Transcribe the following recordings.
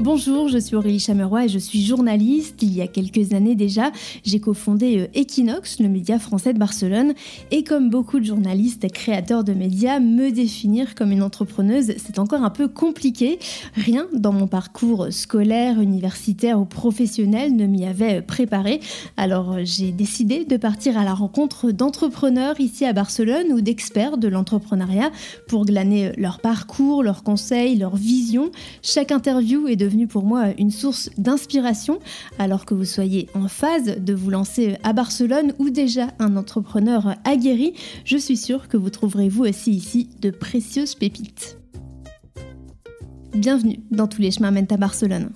Bonjour, je suis Aurélie Chameroy et je suis journaliste. Il y a quelques années déjà, j'ai cofondé Equinox, le média français de Barcelone. Et comme beaucoup de journalistes et créateurs de médias, me définir comme une entrepreneuse, c'est encore un peu compliqué. Rien dans mon parcours scolaire, universitaire ou professionnel ne m'y avait préparé. Alors j'ai décidé de partir à la rencontre d'entrepreneurs ici à Barcelone ou d'experts de l'entrepreneuriat pour glaner leur parcours, leurs conseils, leurs visions. Chaque interview est devenue pour moi une source d'inspiration. Alors que vous soyez en phase de vous lancer à Barcelone ou déjà un entrepreneur aguerri, je suis sûre que vous trouverez vous aussi ici de précieuses pépites. Bienvenue dans Tous les chemins mènent à Barcelone.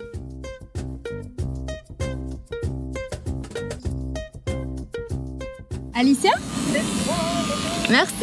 Alicia ? Merci.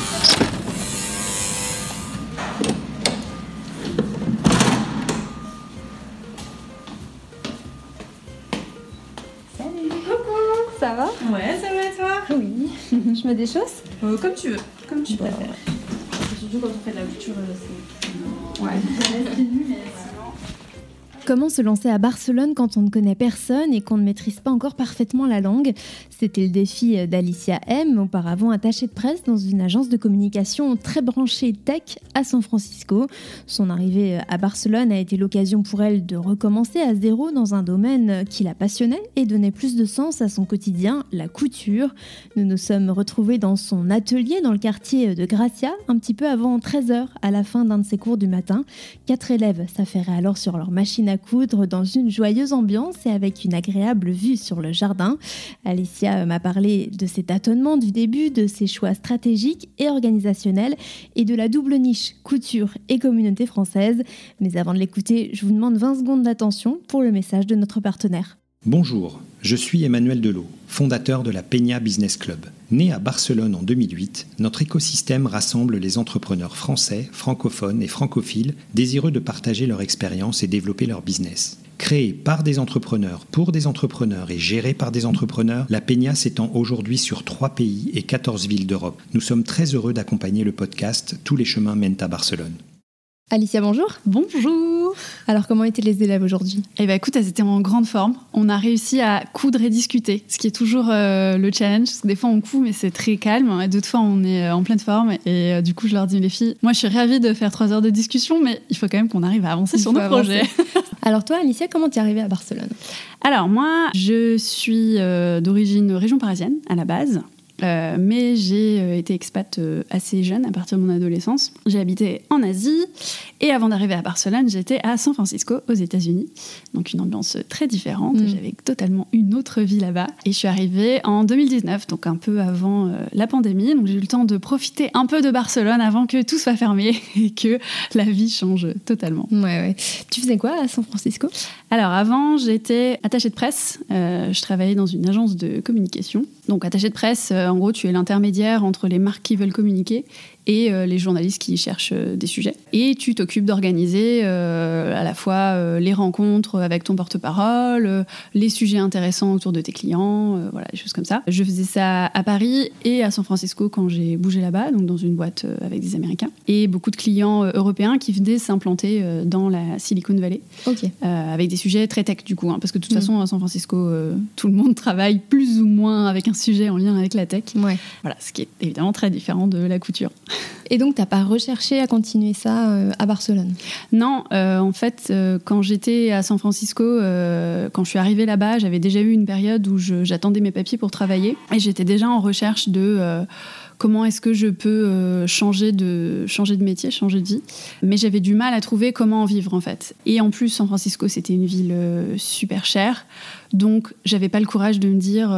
Ça va ? Ouais, ça va et toi ? Oui. Je mets des choses ? Comme tu veux, comme tu préfères. Surtout quand on fait de la couture, c'est... Ouais, c'est nul, mais sinon... Comment se lancer à Barcelone quand on ne connaît personne et qu'on ne maîtrise pas encore parfaitement la langue ? C'était le défi d'Alicia M, auparavant attachée de presse dans une agence de communication très branchée tech à San Francisco. Son arrivée à Barcelone a été l'occasion pour elle de recommencer à zéro dans un domaine qui la passionnait et donnait plus de sens à son quotidien, la couture. Nous nous sommes retrouvés dans son atelier dans le quartier de Gracia, un petit peu avant 13h, à la fin d'un de ses cours du matin. 4 élèves s'affairaient alors sur leur machine à coudre dans une joyeuse ambiance et avec une agréable vue sur le jardin. Alicia m'a parlé de ses tâtonnements du début, de ses choix stratégiques et organisationnels et de la double niche couture et communauté française. Mais avant de l'écouter, je vous demande 20 secondes d'attention pour le message de notre partenaire. Bonjour, je suis Emmanuel Delot, fondateur de la Peña Business Club. Né à Barcelone en 2008, notre écosystème rassemble les entrepreneurs français, francophones et francophiles désireux de partager leur expérience et développer leur business. Créé par des entrepreneurs pour des entrepreneurs et géré par des entrepreneurs, la Peña s'étend aujourd'hui sur 3 pays et 14 villes d'Europe. Nous sommes très heureux d'accompagner le podcast Tous les chemins mènent à Barcelone. Alicia, bonjour. Bonjour. Alors, comment étaient les élèves aujourd'hui ? Eh bien, écoute, elles étaient en grande forme. On a réussi à coudre et discuter, ce qui est toujours le challenge. Parce que des fois, on coud, mais c'est très calme. Et d'autres fois, on est en pleine forme. Et du coup, je leur dis, les filles, moi, je suis ravie de faire 3 heures de discussion, mais il faut quand même qu'on arrive à avancer sur nos projets. Alors toi, Alicia, comment t'es arrivée à Barcelone ? Alors moi, je suis d'origine région parisienne, à la base. Mais j'ai été expat assez jeune, à partir de mon adolescence. J'ai habité en Asie et avant d'arriver à Barcelone, j'étais à San Francisco, aux États-Unis. Donc une ambiance très différente. J'avais totalement une autre vie là-bas. Et je suis arrivée en 2019, donc un peu avant la pandémie. Donc j'ai eu le temps de profiter un peu de Barcelone avant que tout soit fermé et que la vie change totalement. Ouais. Tu faisais quoi à San Francisco ? Alors avant, j'étais attachée de presse. Je travaillais dans une agence de communication. Donc attachée de presse, en gros, tu es l'intermédiaire entre les marques qui veulent communiquer et les journalistes qui cherchent des sujets. Et tu t'occupes d'organiser à la fois les rencontres avec ton porte-parole, les sujets intéressants autour de tes clients, voilà, des choses comme ça. Je faisais ça à Paris et à San Francisco quand j'ai bougé là-bas, donc dans une boîte avec des Américains. Et beaucoup de clients européens qui venaient s'implanter dans la Silicon Valley, avec des sujets très tech du coup, parce que de toute façon à San Francisco, tout le monde travaille plus ou moins avec un sujet en lien avec la tech. Ouais. Voilà, ce qui est évidemment très différent de la couture. Et donc, tu n'as pas recherché à continuer ça à Barcelone ? Non, en fait, quand j'étais à San Francisco, quand je suis arrivée là-bas, j'avais déjà eu une période où j'attendais mes papiers pour travailler. Et j'étais déjà en recherche de comment est-ce que je peux changer de métier, changer de vie. Mais j'avais du mal à trouver comment en vivre, en fait. Et en plus, San Francisco, c'était une ville super chère. Donc, j'avais pas le courage de me dire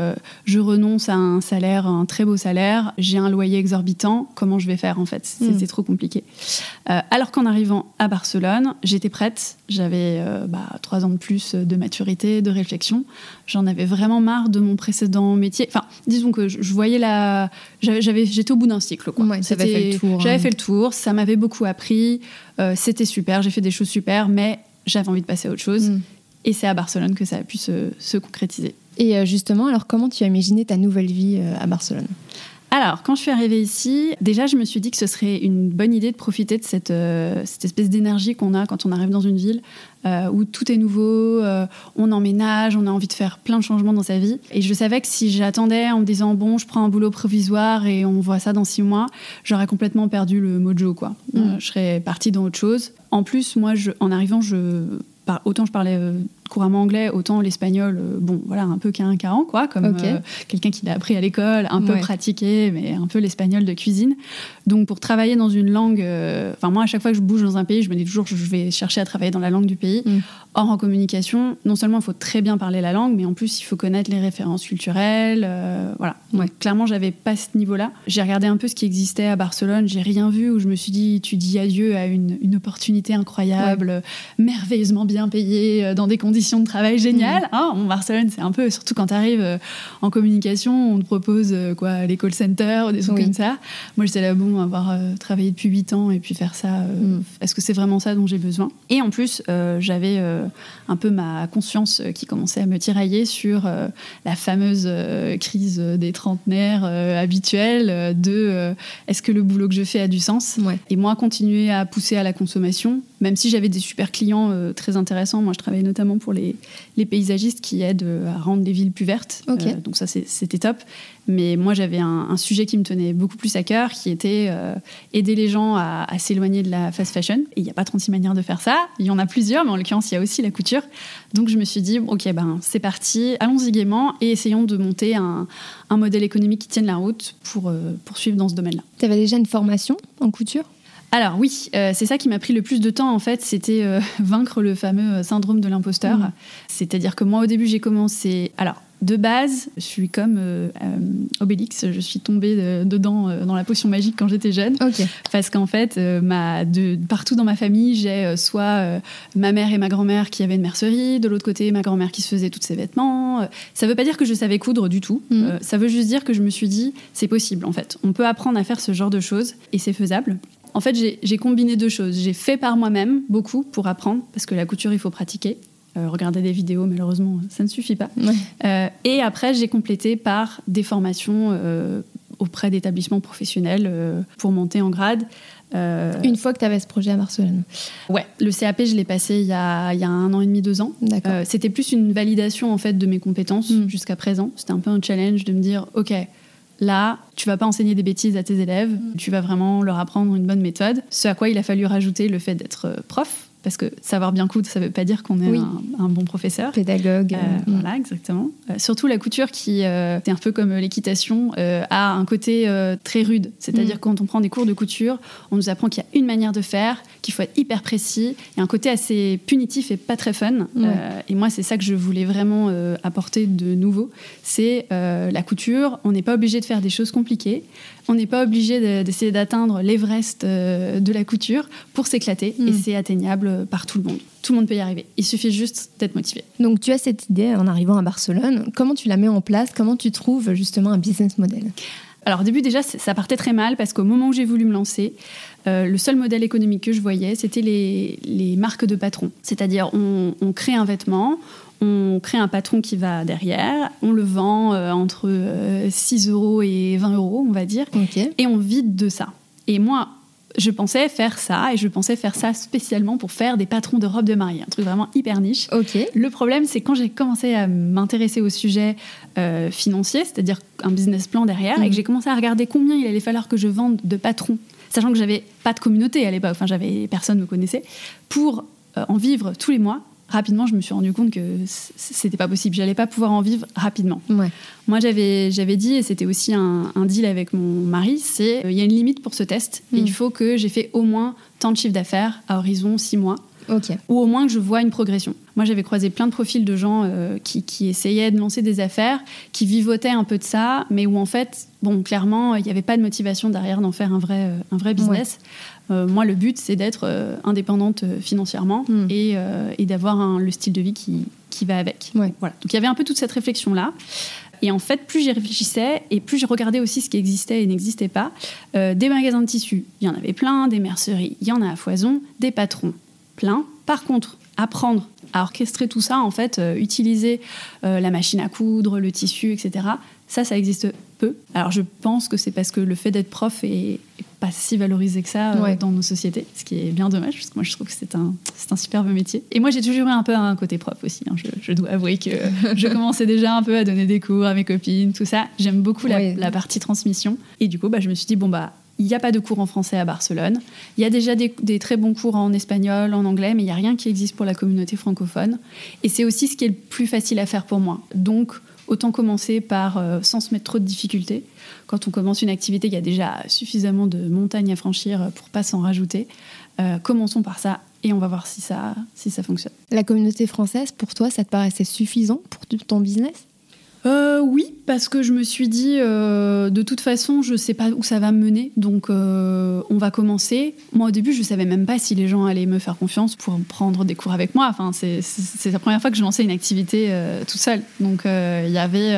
je renonce à un salaire, un très beau salaire, j'ai un loyer exorbitant, comment je vais faire en fait ? C'est trop compliqué. Alors qu'en arrivant à Barcelone, j'étais prête, j'avais 3 ans de plus de maturité, de réflexion. J'en avais vraiment marre de mon précédent métier. Enfin, disons que je voyais j'étais au bout d'un cycle, quoi. Ouais, t'avais fait le tour. J'avais fait le tour, ça m'avait beaucoup appris, c'était super, j'ai fait des choses super, mais j'avais envie de passer à autre chose. Et c'est à Barcelone que ça a pu se concrétiser. Et justement, alors comment tu as imaginé ta nouvelle vie à Barcelone ? Alors, quand je suis arrivée ici, déjà, je me suis dit que ce serait une bonne idée de profiter de cette espèce d'énergie qu'on a quand on arrive dans une ville où tout est nouveau, on emménage, on a envie de faire plein de changements dans sa vie. Et je savais que si j'attendais en me disant « bon, je prends un boulot provisoire et on voit ça dans 6 mois », j'aurais complètement perdu le mojo, quoi. Je serais partie dans autre chose. En plus, moi, en arrivant, autant je parlais couramment anglais, autant l'espagnol, un peu qu'un an, quoi, comme quelqu'un qui l'a appris à l'école, un peu pratiqué, mais un peu l'espagnol de cuisine. Donc, pour travailler dans une langue... moi, à chaque fois que je bouge dans un pays, je me dis toujours que je vais chercher à travailler dans la langue du pays. Or, en communication, non seulement il faut très bien parler la langue, mais en plus, il faut connaître les références culturelles. Donc, clairement, j'avais pas ce niveau-là. J'ai regardé un peu ce qui existait à Barcelone. J'ai rien vu où je me suis dit, tu dis adieu à une opportunité incroyable, merveilleusement bien payée, dans des conditions de travail géniales. Barcelone, c'est un peu, surtout quand tu arrives en communication, on te propose les call centers, des trucs comme ça. Moi, j'étais là, avoir travaillé depuis 8 ans et puis faire ça, est-ce que c'est vraiment ça dont j'ai besoin? Et en plus, j'avais un peu ma conscience qui commençait à me tirailler sur la fameuse crise des trentenaires habituelle de est-ce que le boulot que je fais a du sens? Et moi, continuer à pousser à la consommation, même si j'avais des super clients très intéressants. Moi, je travaillais notamment pour les paysagistes qui aident à rendre les villes plus vertes. Donc ça, c'était top. Mais moi, j'avais un sujet qui me tenait beaucoup plus à cœur, qui était aider les gens à s'éloigner de la fast fashion. Et il n'y a pas 36 manières de faire ça. Il y en a plusieurs, mais en l'occurrence, il y a aussi la couture. Donc, je me suis dit, c'est parti, allons-y gaiement et essayons de monter un modèle économique qui tienne la route pour poursuivre dans ce domaine-là. Tu avais déjà une formation en couture ? Alors oui, c'est ça qui m'a pris le plus de temps en fait, c'était vaincre le fameux syndrome de l'imposteur. C'est-à-dire que moi au début j'ai commencé... Alors de base, je suis comme Obélix, je suis tombée dedans dans la potion magique quand j'étais jeune. Parce qu'en fait, partout dans ma famille, j'ai soit ma mère et ma grand-mère qui avaient une mercerie, de l'autre côté ma grand-mère qui se faisait tous ses vêtements. Ça veut pas dire que je savais coudre du tout. Ça veut juste dire que je me suis dit, c'est possible en fait. On peut apprendre à faire ce genre de choses et c'est faisable. En fait, j'ai combiné 2 choses. J'ai fait par moi-même beaucoup pour apprendre, parce que la couture, il faut pratiquer. Regarder des vidéos, malheureusement, ça ne suffit pas. Et après, j'ai complété par des formations auprès d'établissements professionnels pour monter en grade. Une fois que tu avais ce projet à Barcelone. Ouais, le CAP, je l'ai passé il y a 1 an et demi, 2 ans. C'était plus une validation en fait, de mes compétences jusqu'à présent. C'était un peu un challenge de me dire, OK, là, tu vas pas enseigner des bêtises à tes élèves, tu vas vraiment leur apprendre une bonne méthode. Ce à quoi il a fallu rajouter le fait d'être prof, parce que savoir bien coudre, ça veut pas dire qu'on est un bon professeur. Pédagogue. Voilà, exactement. Surtout la couture qui, c'est un peu comme l'équitation, a un côté très rude. C'est-à-dire que quand on prend des cours de couture, on nous apprend qu'il y a une manière de faire, qu'il faut être hyper précis. Il y a un côté assez punitif et pas très fun. Et moi, c'est ça que je voulais vraiment apporter de nouveau. C'est la couture. On n'est pas obligé de faire des choses compliquées. On n'est pas obligé d'essayer d'atteindre l'Everest de la couture pour s'éclater. Et c'est atteignable par tout le monde. Tout le monde peut y arriver. Il suffit juste d'être motivé. Donc, tu as cette idée en arrivant à Barcelone. Comment tu la mets en place? Comment tu trouves justement un business model? Alors, au début, déjà, ça partait très mal parce qu'au moment où j'ai voulu me lancer, le seul modèle économique que je voyais, c'était les marques de patrons. C'est-à-dire, on crée un vêtement, on crée un patron qui va derrière, on le vend entre 6 € et 20 €, on va dire, et on vit de ça. Et moi, je pensais faire ça, et je pensais faire ça spécialement pour faire des patrons de robes de mariée, un truc vraiment hyper niche. Le problème, c'est quand j'ai commencé à m'intéresser au sujet financier, c'est-à-dire un business plan derrière, et que j'ai commencé à regarder combien il allait falloir que je vende de patrons, sachant que j'avais pas de communauté à l'époque, personne me connaissait, pour en vivre tous les mois. Rapidement, je me suis rendu compte que c'était pas possible. J'allais pas pouvoir en vivre rapidement. Moi, j'avais dit, et c'était aussi un deal avec mon mari, c'est il y a une limite pour ce test. Et il faut que j'ai fait au moins tant de chiffre d'affaires à horizon 6 mois. Ou au moins que je vois une progression. Moi, j'avais croisé plein de profils de gens qui essayaient de lancer des affaires, qui vivotaient un peu de ça, mais où en fait, clairement, il n'y avait pas de motivation derrière d'en faire un vrai business. Moi, le but, c'est d'être indépendante financièrement et d'avoir le style de vie qui va avec. Voilà. Donc, il y avait un peu toute cette réflexion-là. Et en fait, plus j'y réfléchissais et plus je regardais aussi ce qui existait et n'existait pas. Des magasins de tissus, il y en avait plein, des merceries, il y en a à foison, des patrons, plein. Par contre, apprendre à orchestrer tout ça, en fait, utiliser la machine à coudre, le tissu, etc., ça n'existe peu. Alors je pense que c'est parce que le fait d'être prof est pas si valorisé que ça dans nos sociétés, ce qui est bien dommage, parce que moi je trouve que c'est un superbe métier. Et moi j'ai toujours eu un peu un côté prof aussi, hein. Je dois avouer que je commençais déjà un peu à donner des cours à mes copines, tout ça. J'aime beaucoup la partie transmission. Et du coup, je me suis dit, il n'y a pas de cours en français à Barcelone. Il y a déjà des très bons cours en espagnol, en anglais, mais il n'y a rien qui existe pour la communauté francophone. Et c'est aussi ce qui est le plus facile à faire pour moi. Donc, autant commencer par, sans se mettre trop de difficultés. Quand on commence une activité, il y a déjà suffisamment de montagnes à franchir pour ne pas s'en rajouter. Commençons par ça et on va voir si ça fonctionne. La communauté française, pour toi, ça te paraissait suffisant pour ton business ? Oui, parce que je me suis dit, de toute façon, je ne sais pas où ça va me mener, donc on va commencer. Moi, au début, je ne savais même pas si les gens allaient me faire confiance pour prendre des cours avec moi. Enfin, c'est la première fois que je lançais une activité toute seule. Donc, il y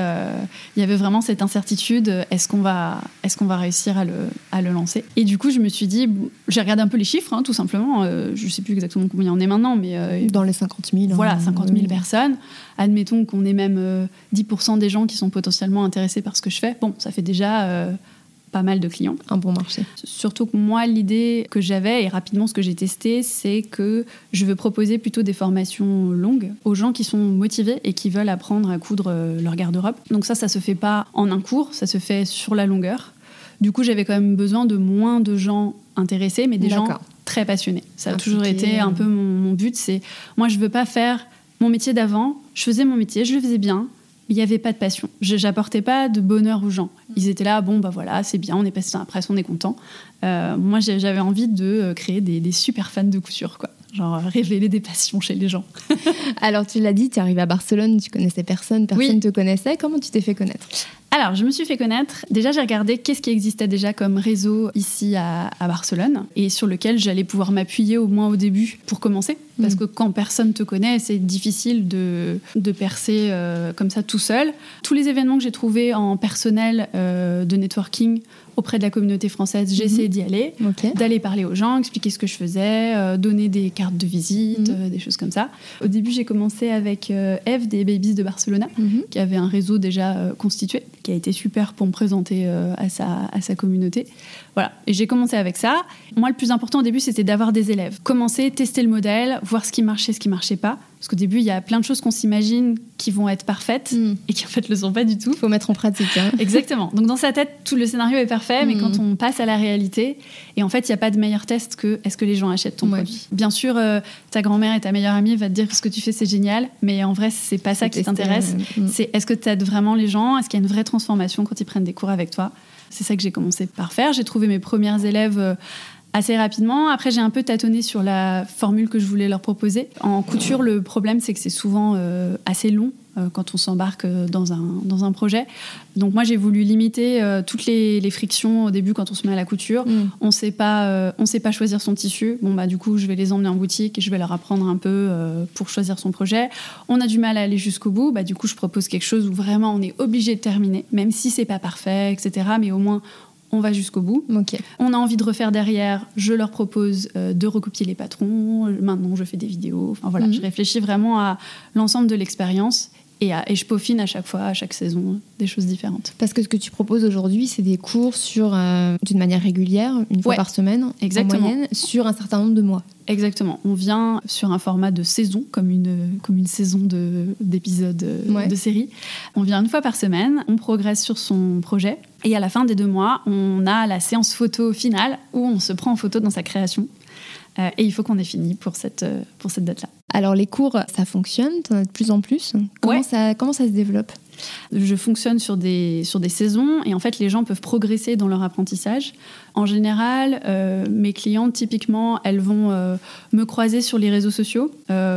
avait vraiment cette incertitude, est-ce qu'on va réussir à le lancer ? Et du coup, je me suis dit, j'ai regardé un peu les chiffres, tout simplement. Je ne sais plus exactement combien on est maintenant, mais... Dans les 50 000. Voilà, 50 000 personnes. Admettons qu'on ait même 10% des gens qui sont potentiellement intéressés par ce que je fais. Bon, ça fait déjà pas mal de clients. Un bon marché. Surtout que moi, l'idée que j'avais, et rapidement ce que j'ai testé, c'est que je veux proposer plutôt des formations longues aux gens qui sont motivés et qui veulent apprendre à coudre leur garde-robe. Donc ça se fait pas en un cours, ça se fait sur la longueur. Du coup, j'avais quand même besoin de moins de gens intéressés, mais des gens très passionnés. Ça a toujours été un peu mon but. C'est, moi, je veux pas faire mon métier d'avant. Je faisais mon métier, je le faisais bien, mais il n'y avait pas de passion. J'apportais pas de bonheur aux gens. Ils étaient là, voilà, c'est bien, on est passé après, on est content. Moi, j'avais envie de créer des super fans de couture, quoi. Genre révéler des passions chez les gens. Alors, tu l'as dit, tu es arrivée à Barcelone, tu connaissais personne ne te connaissait. Comment tu t'es fait connaître ? Alors, je me suis fait connaître. Déjà, j'ai regardé qu'est-ce qui existait déjà comme réseau ici à Barcelone et sur lequel j'allais pouvoir m'appuyer au moins au début pour commencer. Parce que quand personne te connaît, c'est difficile de percer comme ça tout seul. Tous les événements que j'ai trouvés en personnel de networking auprès de la communauté française, j'ai essayé d'y aller, d'aller parler aux gens, expliquer ce que je faisais, donner des cartes de visite, des choses comme ça. Au début, j'ai commencé avec Eve des Babies de Barcelona, qui avait un réseau déjà constitué, qui a été super pour me présenter à sa communauté. Voilà. Et j'ai commencé avec ça. Moi, le plus important au début, c'était d'avoir des élèves. Commencer, tester le modèle, voir ce qui marchait, ce qui marchait pas. Parce qu'au début, il y a plein de choses qu'on s'imagine qui vont être parfaites et qui en fait le sont pas du tout. Il faut mettre en pratique. Hein. Exactement. Donc dans sa tête, tout le scénario est parfait, mais quand on passe à la réalité, et en fait, il n'y a pas de meilleur test que est-ce que les gens achètent ton produit. Bien sûr, ta grand-mère et ta meilleure amie va te dire que ce que tu fais, c'est génial, mais en vrai, c'est pas ça qui t'intéresse. C'est est-ce que tu aides vraiment les gens ? Est-ce qu'il y a une vraie transformation quand ils prennent des cours avec toi ? C'est ça que j'ai commencé par faire. J'ai trouvé mes premières élèves assez rapidement. Après, j'ai un peu tâtonné sur la formule que je voulais leur proposer. En couture, le problème, c'est que c'est souvent assez long quand on s'embarque dans un projet. Donc moi, j'ai voulu limiter toutes les frictions au début quand on se met à la couture. On sait pas choisir son tissu. Du coup, je vais les emmener en boutique et je vais leur apprendre un peu pour choisir son projet. On a du mal à aller jusqu'au bout. Du coup, je propose quelque chose où vraiment on est obligé de terminer, même si c'est pas parfait, etc. Mais au moins, on va jusqu'au bout. On a envie de refaire derrière, je leur propose de recopier les patrons. Maintenant, je fais des vidéos. Enfin, voilà, je réfléchis vraiment à l'ensemble de l'expérience et je peaufine à chaque fois, à chaque saison, des choses différentes. Parce que ce que tu proposes aujourd'hui, c'est des cours d'une manière régulière, une fois par semaine, en moyenne, sur un certain nombre de mois. Exactement. On vient sur un format de saison, comme une saison d'épisodes de série. On vient une fois par semaine, on progresse sur son projet. Et à la fin des 2 mois, on a la séance photo finale où on se prend en photo dans sa création. Et il faut qu'on ait fini pour cette date-là. Alors les cours, ça fonctionne, t'en as de plus en plus. Comment ça se développe ? Je fonctionne sur des saisons et en fait les gens peuvent progresser dans leur apprentissage. En général, mes clientes typiquement, elles vont me croiser sur les réseaux sociaux,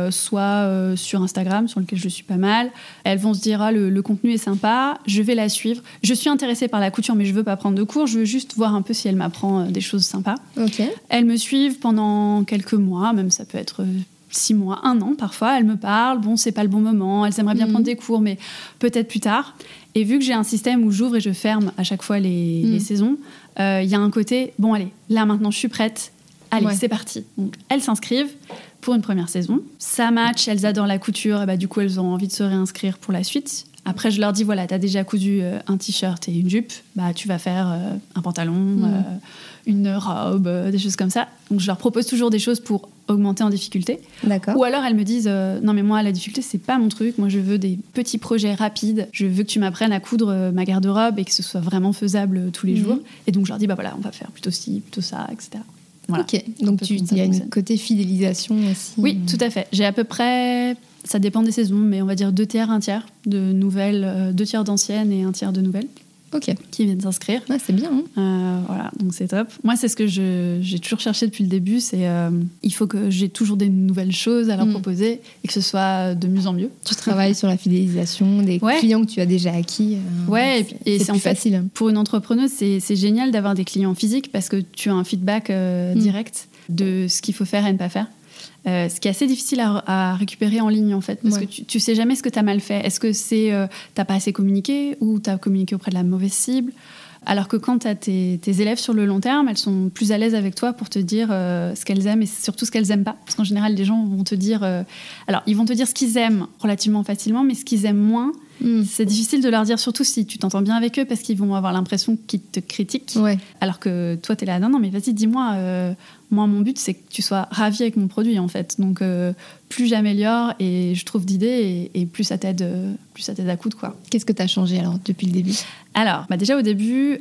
soit sur Instagram sur lequel je suis pas mal. Elles vont se dire le contenu est sympa, je vais la suivre. Je suis intéressée par la couture mais je veux pas prendre de cours, je veux juste voir un peu si elle m'apprend des choses sympas. Elles me suivent pendant quelques mois, même ça peut être 6 mois, 1 an parfois, elles me parlent, c'est pas le bon moment, elles aimeraient bien prendre des cours, mais peut-être plus tard. Et vu que j'ai un système où j'ouvre et je ferme à chaque fois les saisons, il y a un côté, allez, là maintenant je suis prête, allez, c'est parti. Donc elles s'inscrivent pour une première saison, ça match, elles adorent la couture, et du coup elles ont envie de se réinscrire pour la suite. Après, je leur dis, voilà, t'as déjà cousu un t-shirt et une jupe, bah, tu vas faire un pantalon, une robe, des choses comme ça. Donc, je leur propose toujours des choses pour augmenter en difficulté. D'accord. Ou alors, elles me disent, non, mais moi, la difficulté, c'est pas mon truc. Moi, je veux des petits projets rapides. Je veux que tu m'apprennes à coudre ma garde-robe et que ce soit vraiment faisable tous les jours. Et donc, je leur dis, bah voilà, on va faire plutôt ci, plutôt ça, etc. Voilà. Ok, donc il y a une côté fidélisation aussi. Oui, tout à fait. J'ai à peu près, ça dépend des saisons, mais on va dire 2 tiers, 1 tiers de nouvelles, 2 tiers d'anciennes et 1 tiers de nouvelles. Ok. Qui viennent s'inscrire. Ah, c'est bien. Voilà, donc c'est top. Moi, c'est ce que j'ai toujours cherché depuis le début, c'est il faut que j'ai toujours des nouvelles choses à leur proposer et que ce soit de mieux en mieux. Tu travailles sur la fidélisation des clients que tu as déjà acquis. Et c'est en fait, facile. Pour une entrepreneuse, c'est génial d'avoir des clients physiques parce que tu as un feedback direct de ce qu'il faut faire et ne pas faire. Ce qui est assez difficile à récupérer en ligne en fait, parce que tu sais jamais ce que tu as mal fait. Est-ce que c'est t'as pas assez communiqué ou t'as communiqué auprès de la mauvaise cible? Alors que quand tu as tes élèves sur le long terme, elles sont plus à l'aise avec toi pour te dire ce qu'elles aiment et surtout ce qu'elles aiment pas. Parce qu'en général, les gens vont te dire... alors, ils vont te dire ce qu'ils aiment relativement facilement, mais ce qu'ils aiment moins, c'est difficile de leur dire, surtout si tu t'entends bien avec eux, parce qu'ils vont avoir l'impression qu'ils te critiquent. Ouais. Alors que toi, tu es là, non, mais vas-y, dis-moi... moi, mon but, c'est que tu sois ravi avec mon produit, en fait. Donc, plus j'améliore et je trouve d'idées, et plus ça t'aide à coudre, quoi. Qu'est-ce que tu as changé, alors, depuis le début ? Alors, déjà, au début,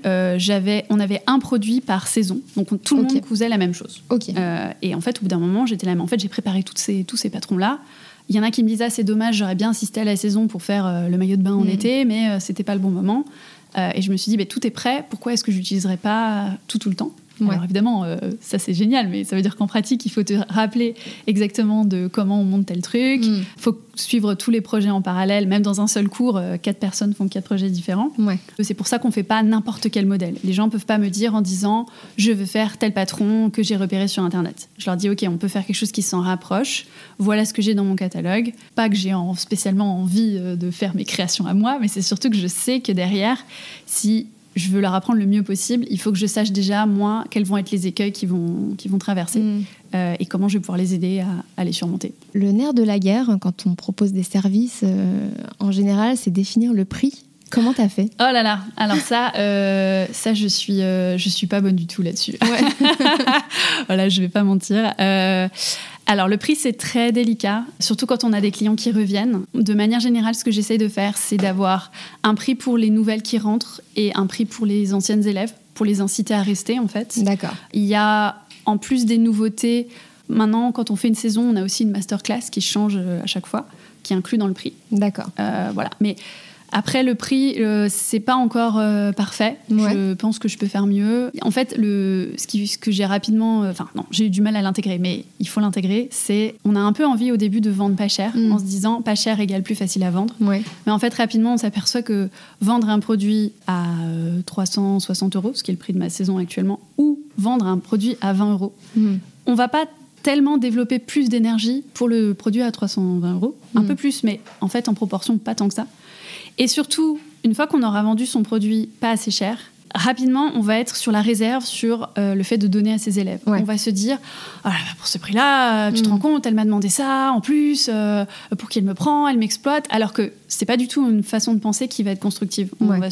on avait un produit par saison. Donc, tout le monde cousait la même chose. Et en fait, au bout d'un moment, j'étais là, mais en fait, j'ai préparé tous ces patrons-là. Il y en a qui me disaient, c'est dommage, j'aurais bien assisté à la saison pour faire le maillot de bain en été, mais c'était pas le bon moment. Et je me suis dit, tout est prêt, pourquoi est-ce que je l'utiliserais pas tout le temps ? Alors évidemment, ça c'est génial, mais ça veut dire qu'en pratique, il faut te rappeler exactement de comment on monte tel truc. Il faut suivre tous les projets en parallèle, même dans un seul cours, 4 personnes font 4 projets différents. C'est pour ça qu'on ne fait pas n'importe quel modèle. Les gens ne peuvent pas me dire en disant « je veux faire tel patron que j'ai repéré sur Internet ». Je leur dis « ok, on peut faire quelque chose qui s'en rapproche. Voilà ce que j'ai dans mon catalogue. » Pas que j'ai spécialement envie de faire mes créations à moi, mais c'est surtout que je sais que derrière, si je veux leur apprendre le mieux possible, il faut que je sache déjà, moi, quels vont être les écueils qui vont traverser et comment je vais pouvoir les aider à les surmonter. Le nerf de la guerre, quand on propose des services, en général, c'est définir le prix. Comment t'as fait ? Oh là là, alors ça je suis pas bonne du tout là-dessus. Voilà, je vais pas mentir. Alors, le prix, c'est très délicat, surtout quand on a des clients qui reviennent. De manière générale, ce que j'essaye de faire, c'est d'avoir un prix pour les nouvelles qui rentrent et un prix pour les anciennes élèves, pour les inciter à rester, en fait. D'accord. Il y a, en plus des nouveautés, maintenant, quand on fait une saison, on a aussi une masterclass qui change à chaque fois, qui est inclus dans le prix. D'accord. Voilà, mais... Après, le prix, c'est pas encore parfait. Je pense que je peux faire mieux. En fait, ce que j'ai rapidement... j'ai eu du mal à l'intégrer, mais il faut l'intégrer. On a un peu envie au début de vendre pas cher, en se disant pas cher égale plus facile à vendre. Mais en fait, rapidement, on s'aperçoit que vendre un produit à 360 €, ce qui est le prix de ma saison actuellement, ou vendre un produit à 20 €, on va pas tellement développer plus d'énergie pour le produit à 320 €. Un peu plus, mais en fait, en proportion, pas tant que ça. Et surtout, une fois qu'on aura vendu son produit pas assez cher, rapidement, on va être sur la réserve sur le fait de donner à ses élèves. On va se dire, oh là, pour ce prix-là, tu te rends compte, elle m'a demandé ça, en plus, pour qui elle me prend, elle m'exploite. Alors que c'est pas du tout une façon de penser qui va être constructive. On va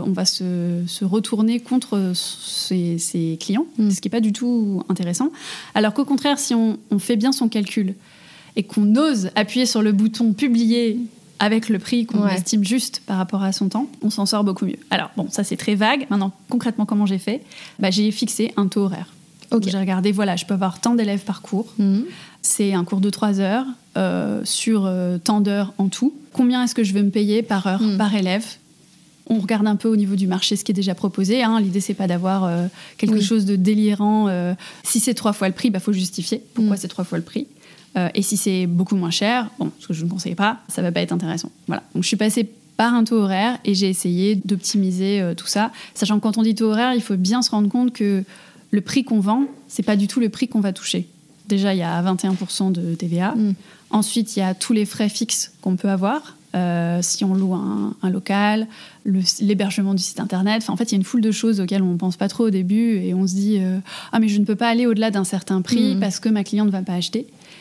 se retourner contre ses clients, ce qui est pas du tout intéressant. Alors qu'au contraire, si on fait bien son calcul et qu'on ose appuyer sur le bouton « publier », avec le prix qu'on estime juste par rapport à son temps, on s'en sort beaucoup mieux. Alors, bon, ça c'est très vague. Maintenant, concrètement, comment j'ai fait ? J'ai fixé un taux horaire. J'ai regardé, voilà, je peux avoir tant d'élèves par cours. C'est un cours de 3 heures sur tant d'heures en tout. Combien est-ce que je veux me payer par heure, par élève ? On regarde un peu au niveau du marché ce qui est déjà proposé. L'idée, c'est pas d'avoir quelque chose de délirant. Si c'est 3 fois le prix, faut justifier pourquoi c'est 3 fois le prix. Et si c'est beaucoup moins cher, ce que je ne conseille pas, ça ne va pas être intéressant. Voilà. Donc, je suis passée par un taux horaire et j'ai essayé d'optimiser tout ça. Sachant que quand on dit taux horaire, il faut bien se rendre compte que le prix qu'on vend, ce n'est pas du tout le prix qu'on va toucher. Déjà, il y a 21% de TVA. Ensuite, il y a tous les frais fixes qu'on peut avoir. Si on loue un local, l'hébergement du site internet. En fait, il y a une foule de choses auxquelles on ne pense pas trop au début et on se dit « Ah, mais je ne peux pas aller au-delà d'un certain prix parce que ma cliente ne va pas acheter ».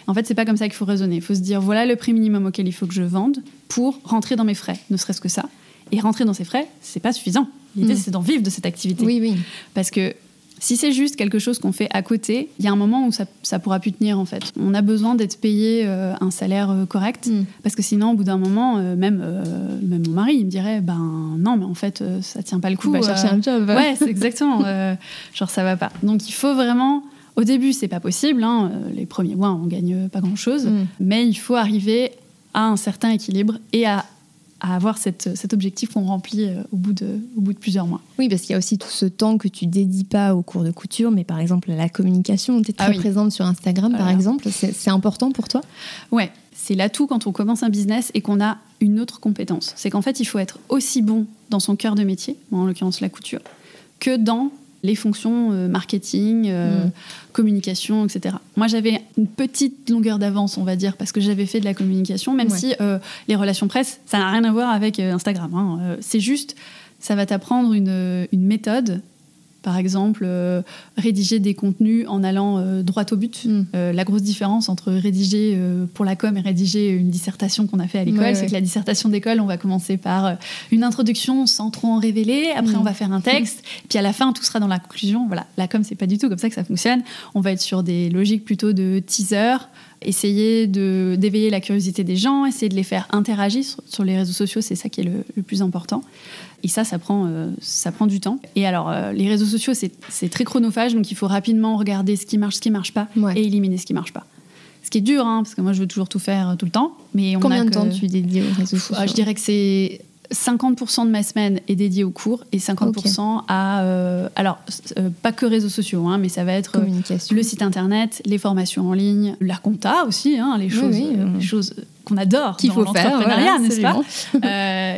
En fait, c'est pas comme ça qu'il faut raisonner. Il faut se dire, voilà le prix minimum auquel il faut que je vende pour rentrer dans mes frais, ne serait-ce que ça. Et rentrer dans ses frais, c'est pas suffisant. L'idée, c'est d'en vivre de cette activité. Oui. Parce que si c'est juste quelque chose qu'on fait à côté, il y a un moment où ça pourra plus tenir, en fait. On a besoin d'être payé un salaire correct, parce que sinon, au bout d'un moment, même mon mari, il me dirait, non, mais en fait, ça tient pas le coup. On va chercher un job. Ouais, c'est exactement. Genre, ça va pas. Donc, il faut vraiment... Au début, c'est pas possible. Les premiers mois, on gagne pas grand-chose. Mais il faut arriver à un certain équilibre et à avoir cet objectif qu'on remplit au bout de plusieurs mois. Oui, parce qu'il y a aussi tout ce temps que tu dédies pas aux cours de couture, mais par exemple à la communication. Tu es très présente sur Instagram, par exemple. C'est important pour toi ? Ouais, c'est l'atout quand on commence un business et qu'on a une autre compétence. C'est qu'en fait, il faut être aussi bon dans son cœur de métier, en l'occurrence la couture, que dans les fonctions marketing, communication, etc. Moi, j'avais une petite longueur d'avance, on va dire, parce que j'avais fait de la communication, même si les relations presse, ça n'a rien à voir avec Instagram. C'est juste, ça va t'apprendre une méthode. Par exemple, rédiger des contenus en allant droit au but. La grosse différence entre rédiger pour la com et rédiger une dissertation qu'on a fait à l'école, c'est que la dissertation d'école, on va commencer par une introduction sans trop en révéler. Après, on va faire un texte. Puis à la fin, tout sera dans la conclusion. Voilà. La com, c'est pas du tout comme ça que ça fonctionne. On va être sur des logiques plutôt de teaser, essayer d'éveiller la curiosité des gens, essayer de les faire interagir sur les réseaux sociaux. C'est ça qui est le plus important. Et ça prend du temps. Et alors, les réseaux sociaux, c'est très chronophage, donc il faut rapidement regarder ce qui marche pas, et éliminer ce qui marche pas. Ce qui est dur, parce que moi, je veux toujours tout faire tout le temps. Mais combien de temps tu dédies aux réseaux sociaux ? Je dirais que c'est 50% de ma semaine est dédiée aux cours et 50% à... pas que réseaux sociaux, mais ça va être le site internet, les formations en ligne, la compta aussi, les choses qu'on adore qu'il faut faire, n'est-ce pas ?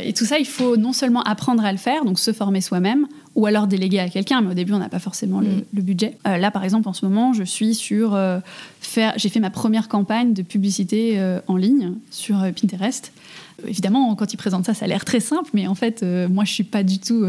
Et tout ça, il faut non seulement apprendre à le faire, donc se former soi-même, ou alors déléguer à quelqu'un, mais au début, on n'a pas forcément le budget. Là, par exemple, en ce moment, je suis sur... j'ai fait ma première campagne de publicité en ligne sur Pinterest. Évidemment, quand ils présentent ça, ça a l'air très simple, mais en fait, moi, je ne suis pas du tout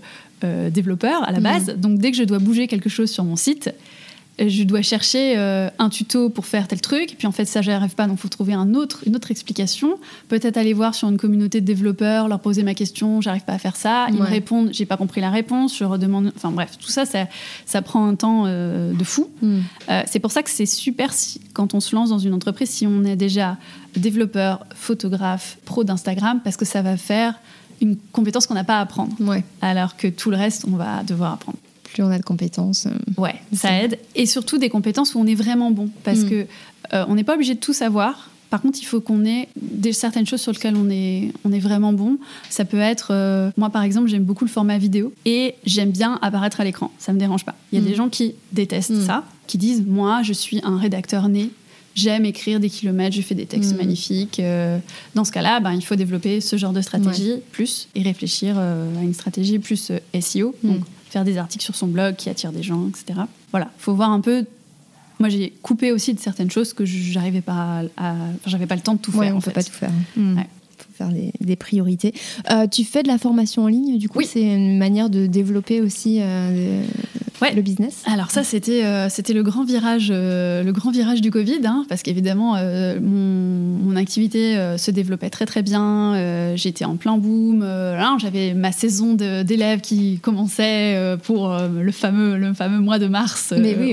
développeur à la base. Donc, dès que je dois bouger quelque chose sur mon site, je dois chercher un tuto pour faire tel truc, et puis en fait ça j'y arrive pas, donc il faut trouver une autre explication, peut-être aller voir sur une communauté de développeurs, leur poser ma question, j'arrive pas à faire ça, ils me répondent, j'ai pas compris la réponse, je redemande, enfin bref, tout ça prend un temps de fou. C'est pour ça que c'est super quand on se lance dans une entreprise, si on est déjà développeur, photographe, pro d'Instagram, parce que ça va faire une compétence qu'on n'a pas à apprendre, alors que tout le reste on va devoir apprendre. Plus on a de compétences. Ça aide. Et surtout des compétences où on est vraiment bon. Parce que on n'est pas obligé de tout savoir. Par contre, il faut qu'on ait certaines choses sur lesquelles on est vraiment bon. Ça peut être... moi, par exemple, j'aime beaucoup le format vidéo. Et j'aime bien apparaître à l'écran. Ça ne me dérange pas. Il y a des gens qui détestent ça, qui disent « Moi, je suis un rédacteur né. J'aime écrire des kilomètres, je fais des textes magnifiques. » Dans ce cas-là, il faut développer ce genre de stratégie et réfléchir à une stratégie plus SEO. Donc, faire des articles sur son blog qui attirent des gens, etc. Voilà, il faut voir un peu... Moi, j'ai coupé aussi de certaines choses que j'avais pas le temps de tout faire. On ne peut pas tout faire. Il faut faire des priorités. Tu fais de la formation en ligne, du coup, c'est une manière de développer aussi le business. Alors ça, c'était le grand virage du Covid, parce qu'évidemment, mon activité se développait très très bien. J'étais en plein boom. Là, j'avais ma saison d'élèves qui commençait pour le fameux mois de mars,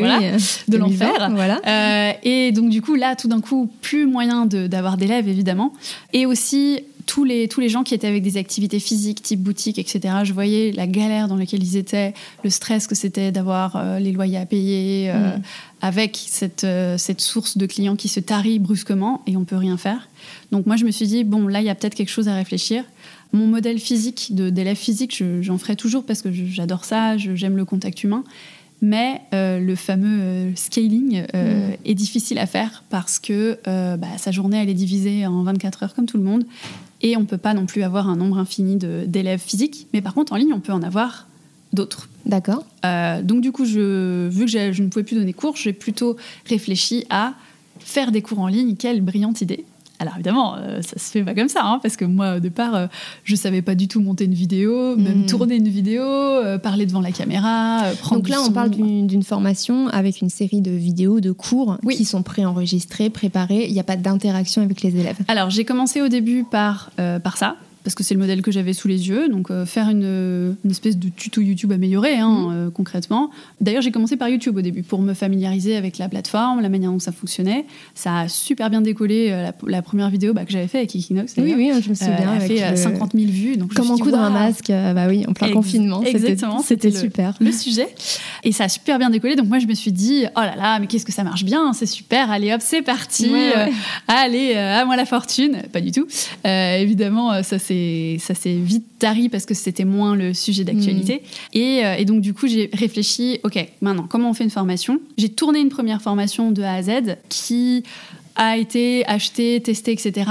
de l'enfer. Voilà. Et donc du coup, là, tout d'un coup, plus moyen d'avoir d'élèves, évidemment. Et aussi tous les gens qui étaient avec des activités physiques, type boutique, etc., je voyais la galère dans laquelle ils étaient, le stress que c'était d'avoir les loyers à payer, avec cette source de clients qui se tarit brusquement et on ne peut rien faire. Donc moi, je me suis dit, bon, là, il y a peut-être quelque chose à réfléchir. Mon modèle physique, d'élève physique, j'en ferai toujours parce que j'adore ça, j'aime le contact humain. Mais le fameux scaling est difficile à faire parce que sa journée, elle est divisée en 24 heures comme tout le monde. Et on ne peut pas non plus avoir un nombre infini d'élèves physiques. Mais par contre, en ligne, on peut en avoir d'autres. D'accord. Donc du coup, vu que je ne pouvais plus donner cours, j'ai plutôt réfléchi à faire des cours en ligne. Quelle brillante idée. Alors évidemment, ça se fait pas comme ça, parce que moi au départ, je savais pas du tout monter une vidéo, même tourner une vidéo, parler devant la caméra, prendre du son. Donc là, on parle d'une formation avec une série de vidéos, de cours qui sont préenregistrés, préparés. Il n'y a pas d'interaction avec les élèves. Alors j'ai commencé au début par ça. Parce que c'est le modèle que j'avais sous les yeux, donc faire une espèce de tuto YouTube amélioré, concrètement. D'ailleurs, j'ai commencé par YouTube au début, pour me familiariser avec la plateforme, la manière dont ça fonctionnait. Ça a super bien décollé, la première vidéo que j'avais fait avec Equinox. Oui, je me souviens. Elle a fait 50 000 vues. Donc comment coudre un masque, en plein confinement. Exactement, c'était super. Le sujet. Et ça a super bien décollé, donc moi je me suis dit, oh là là, mais qu'est-ce que ça marche bien, c'est super, allez hop, c'est parti, allez, à moi la fortune. Pas du tout. Évidemment, ça s'est vite tari parce que c'était moins le sujet d'actualité. Et donc, du coup, j'ai réfléchi, OK, maintenant, comment on fait une formation ? J'ai tourné une première formation de A à Z qui a été achetée, testée, etc.,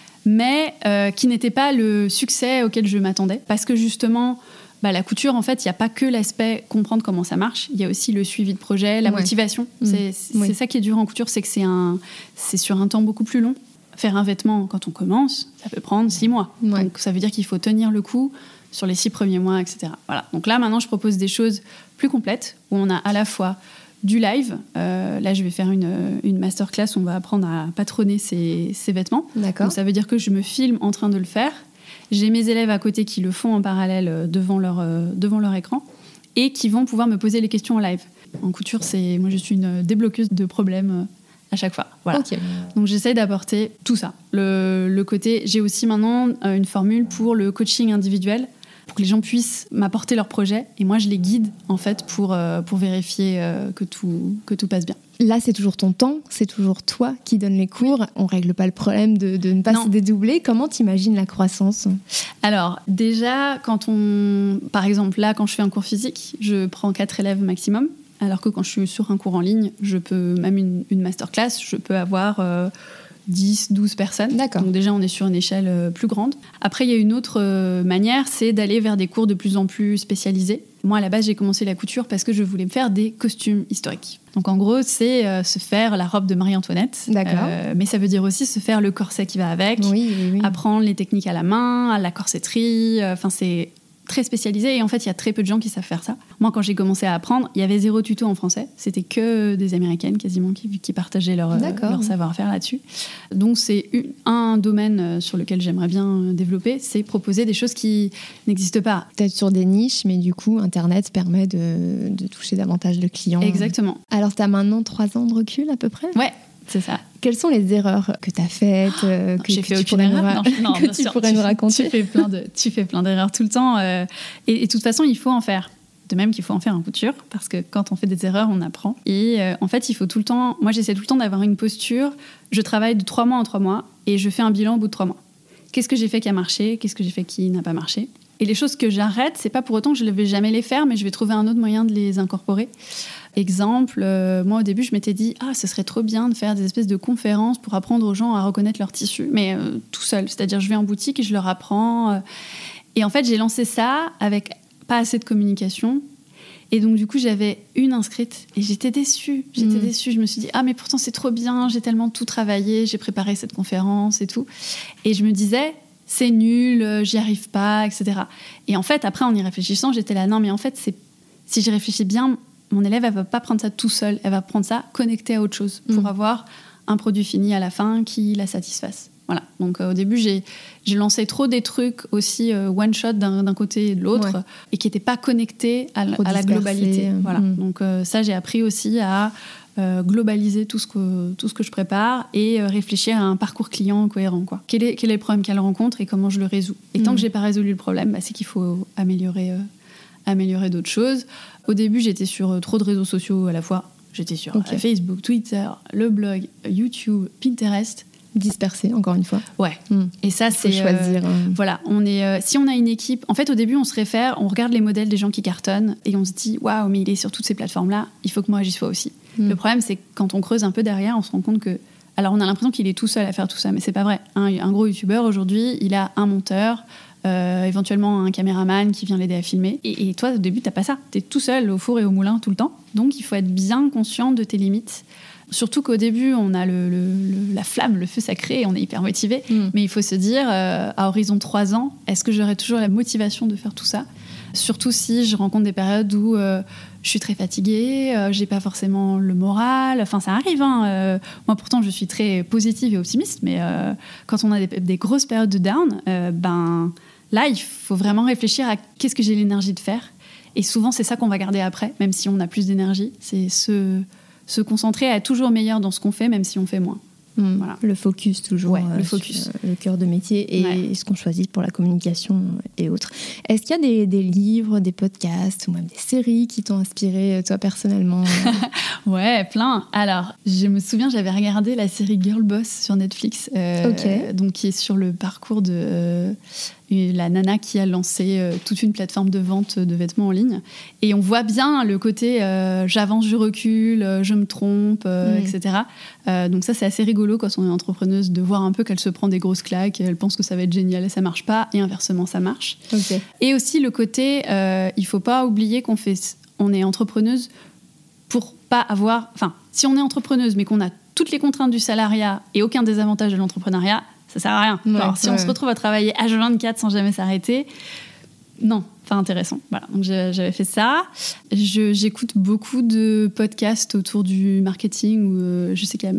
mais qui n'était pas le succès auquel je m'attendais. Parce que justement, la couture, en fait, il n'y a pas que l'aspect comprendre comment ça marche. Il y a aussi le suivi de projet, la motivation. C'est ça qui est dur en couture, c'est que c'est sur un temps beaucoup plus long. Faire un vêtement, quand on commence, ça peut prendre 6 mois. Donc, ça veut dire qu'il faut tenir le coup sur les 6 premiers mois, etc. Voilà. Donc là, maintenant, je propose des choses plus complètes, où on a à la fois du live. Là, je vais faire une masterclass où on va apprendre à patronner ces vêtements. D'accord. Donc, ça veut dire que je me filme en train de le faire. J'ai mes élèves à côté qui le font en parallèle devant leur écran et qui vont pouvoir me poser les questions en live. En couture, moi, je suis une débloqueuse de problèmes à chaque fois. Voilà. Okay. Donc j'essaye d'apporter tout ça. Le côté, j'ai aussi maintenant une formule pour le coaching individuel, pour que les gens puissent m'apporter leurs projets et moi je les guide en fait pour vérifier que tout passe bien. Là, c'est toujours ton temps, c'est toujours toi qui donnes les cours. On règle pas le problème de ne pas se dédoubler. Comment t'imagines la croissance ? Alors déjà, par exemple là, quand je fais un cours physique, je prends 4 élèves maximum. Alors que quand je suis sur un cours en ligne, je peux, même une masterclass, je peux avoir 10, 12 personnes. D'accord. Donc déjà, on est sur une échelle plus grande. Après, il y a une autre manière, c'est d'aller vers des cours de plus en plus spécialisés. Moi, à la base, j'ai commencé la couture parce que je voulais me faire des costumes historiques. Donc en gros, c'est se faire la robe de Marie-Antoinette. D'accord. Mais ça veut dire aussi se faire le corset qui va avec, apprendre les techniques à la main, à la corsetterie. C'est très spécialisé et en fait il y a très peu de gens qui savent faire ça. Moi quand j'ai commencé à apprendre, il y avait 0 tuto en français, c'était que des Américaines quasiment qui partageaient leur savoir-faire là-dessus. Donc c'est un domaine sur lequel j'aimerais bien développer, c'est proposer des choses qui n'existent pas. Peut-être sur des niches, mais du coup Internet permet de toucher davantage de clients. Exactement. Alors tu as maintenant 3 ans de recul à peu près ? Ouais, c'est ça. Quelles sont les erreurs que tu as faites J'ai fait aucune erreur. Tu pourrais nous raconter ? Tu fais plein d'erreurs tout le temps. Et de toute façon, il faut en faire. De même qu'il faut en faire en couture, parce que quand on fait des erreurs, on apprend. Et en fait, il faut tout le temps... Moi, j'essaie tout le temps d'avoir une posture. Je travaille de 3 mois en 3 mois et je fais un bilan au bout de 3 mois. Qu'est-ce que j'ai fait qui a marché ? Qu'est-ce que j'ai fait qui n'a pas marché ? Et les choses que j'arrête, c'est pas pour autant que je ne vais jamais les faire, mais je vais trouver un autre moyen de les incorporer. Exemple, moi au début je m'étais dit ce serait trop bien de faire des espèces de conférences pour apprendre aux gens à reconnaître leur tissu, mais tout seul, c'est-à-dire je vais en boutique et je leur apprends et en fait j'ai lancé ça avec pas assez de communication et donc du coup j'avais une inscrite et j'étais déçue, je me suis dit mais pourtant c'est trop bien, j'ai tellement tout travaillé, j'ai préparé cette conférence et tout et je me disais c'est nul, j'y arrive pas, etc. Et en fait après en y réfléchissant j'étais là non mais en fait si j'y réfléchis bien, mon élève, elle ne va pas prendre ça tout seul. Elle va prendre ça connecté à autre chose pour avoir un produit fini à la fin qui la satisfasse. Voilà. Donc, au début, j'ai lancé trop des trucs aussi one-shot d'un côté et de l'autre et qui n'étaient pas connectés à la globalité. Voilà. Donc, ça, j'ai appris aussi à globaliser tout ce que je prépare et réfléchir à un parcours client cohérent. Quel est le problème qu'elle rencontre et comment je le résous. Et tant que je n'ai pas résolu le problème, c'est qu'il faut améliorer d'autres choses. Au début, j'étais sur trop de réseaux sociaux à la fois. J'étais sur Facebook, Twitter, le blog, YouTube, Pinterest. Dispersé, encore une fois. Ouais. Et ça, c'est... choisir. Voilà. Si on a une équipe... En fait, au début, on se réfère, on regarde les modèles des gens qui cartonnent et on se dit « Waouh, mais il est sur toutes ces plateformes-là, il faut que moi, j'y sois aussi. » Le problème, c'est que quand on creuse un peu derrière, on se rend compte que... Alors, on a l'impression qu'il est tout seul à faire tout ça, mais c'est pas vrai. Un gros youtubeur, aujourd'hui, il a un monteur... éventuellement un caméraman qui vient l'aider à filmer et toi au début t'as pas ça, t'es tout seul au four et au moulin tout le temps, donc il faut être bien conscient de tes limites Surtout qu'au début, on a la flamme, le feu sacré, et on est hyper motivé. Mais il faut se dire, à horizon 3 ans, est-ce que j'aurai toujours la motivation de faire tout ça ? Surtout si je rencontre des périodes où je suis très fatiguée, j'ai pas forcément le moral. Enfin, ça arrive. Moi, pourtant, je suis très positive et optimiste, mais quand on a des grosses périodes de down, là, il faut vraiment réfléchir à qu'est-ce que j'ai l'énergie de faire. Et souvent, c'est ça qu'on va garder après, même si on a plus d'énergie. C'est se concentrer à être toujours meilleur dans ce qu'on fait, même si on fait moins. Voilà. Le focus toujours, le focus. Le cœur de métier et ce qu'on choisit pour la communication et autres. Est-ce qu'il y a des livres, des podcasts ou même des séries qui t'ont inspiré toi personnellement? Ouais, plein. Alors, je me souviens, j'avais regardé la série Girl Boss sur Netflix, donc qui est sur le parcours de la nana qui a lancé toute une plateforme de vente de vêtements en ligne. Et on voit bien le côté j'avance, je recule, je me trompe, etc. Donc ça, c'est assez rigolo quand on est entrepreneuse de voir un peu qu'elle se prend des grosses claques, elle pense que ça va être génial et ça marche pas, et inversement, ça marche. Et aussi le côté, il faut pas oublier on est entrepreneuse pour pas avoir... Enfin, si on est entrepreneuse mais qu'on a toutes les contraintes du salariat et aucun des avantages de l'entrepreneuriat, ça sert à rien. Alors, si on se retrouve à travailler H24 sans jamais s'arrêter, non, pas intéressant. Voilà, donc j'avais fait ça. J'écoute beaucoup de podcasts autour du marketing. Où, je sais qu'il y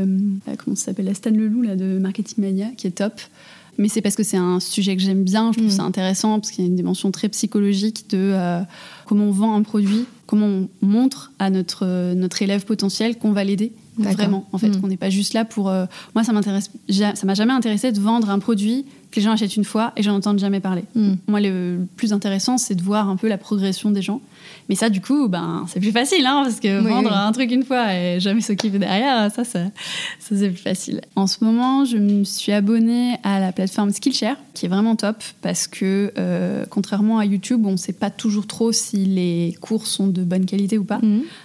a comment ça s'appelle, la Stan Leloup là, de Marketing Mania, qui est top. Mais c'est parce que c'est un sujet que j'aime bien. Je trouve ça intéressant parce qu'il y a une dimension très psychologique de comment on vend un produit, comment on montre à notre élève potentiel qu'on va l'aider. Vraiment, en fait, qu'on n'est pas juste là pour... Moi, ça m'a jamais intéressé de vendre un produit que les gens achètent une fois et j'en entends jamais parler. Moi, le plus intéressant, c'est de voir un peu la progression des gens. Mais ça, du coup, c'est plus facile, parce que vendre un truc une fois et jamais s'occuper derrière, ça c'est plus facile. En ce moment, je me suis abonnée à la plateforme Skillshare, qui est vraiment top, parce que contrairement à YouTube, on ne sait pas toujours trop si les cours sont de bonne qualité ou pas.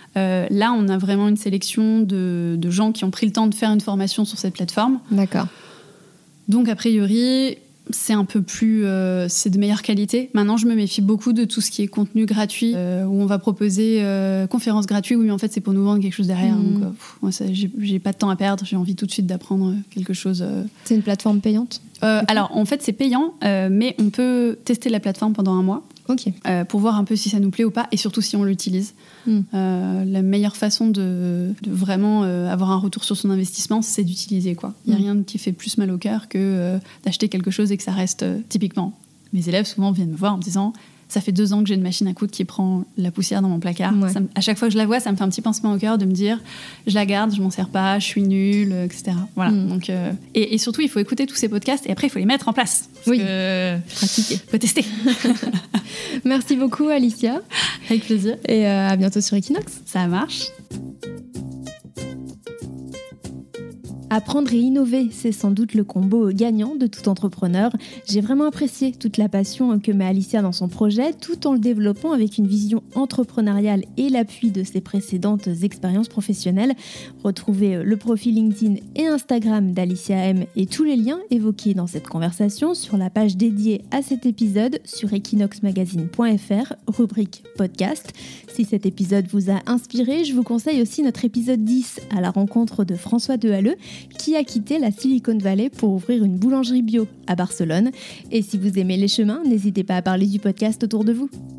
Là, on a vraiment une sélection de gens qui ont pris le temps de faire une formation sur cette plateforme. D'accord. Donc, a priori, c'est un peu plus... c'est de meilleure qualité. Maintenant, je me méfie beaucoup de tout ce qui est contenu gratuit, où on va proposer conférences gratuites, mais en fait, c'est pour nous vendre quelque chose derrière. Donc, moi, j'ai pas de temps à perdre. J'ai envie tout de suite d'apprendre quelque chose. C'est une plateforme payante alors, en fait, c'est payant, mais on peut tester la plateforme pendant 1 mois. Pour voir un peu si ça nous plaît ou pas, et surtout si on l'utilise. La meilleure façon de vraiment avoir un retour sur son investissement, c'est d'utiliser, quoi. Il n'y a rien qui fait plus mal au cœur que d'acheter quelque chose et que ça reste... typiquement, mes élèves souvent viennent me voir en me disant « Ça fait 2 ans que j'ai une machine à coudre qui prend la poussière dans mon placard. » À chaque fois que je la vois, ça me fait un petit pincement au cœur de me dire « Je la garde, je m'en sers pas, je suis nulle, etc. » Voilà. Donc, et surtout, il faut écouter tous ces podcasts et après, il faut les mettre en place. Pratiquer. Il faut tester. Merci beaucoup, Alicia. Avec plaisir. Et à bientôt sur Equinox. Ça marche. Apprendre et innover, c'est sans doute le combo gagnant de tout entrepreneur. J'ai vraiment apprécié toute la passion que met Alicia dans son projet, tout en le développant avec une vision entrepreneuriale et l'appui de ses précédentes expériences professionnelles. Retrouvez le profil LinkedIn et Instagram d'Alicia M et tous les liens évoqués dans cette conversation sur la page dédiée à cet épisode sur equinoxmagazine.fr, rubrique podcast. Si cet épisode vous a inspiré, je vous conseille aussi notre épisode 10 à la rencontre de François Dehalleux, qui a quitté la Silicon Valley pour ouvrir une boulangerie bio à Barcelone. Et si vous aimez les chemins, n'hésitez pas à parler du podcast autour de vous.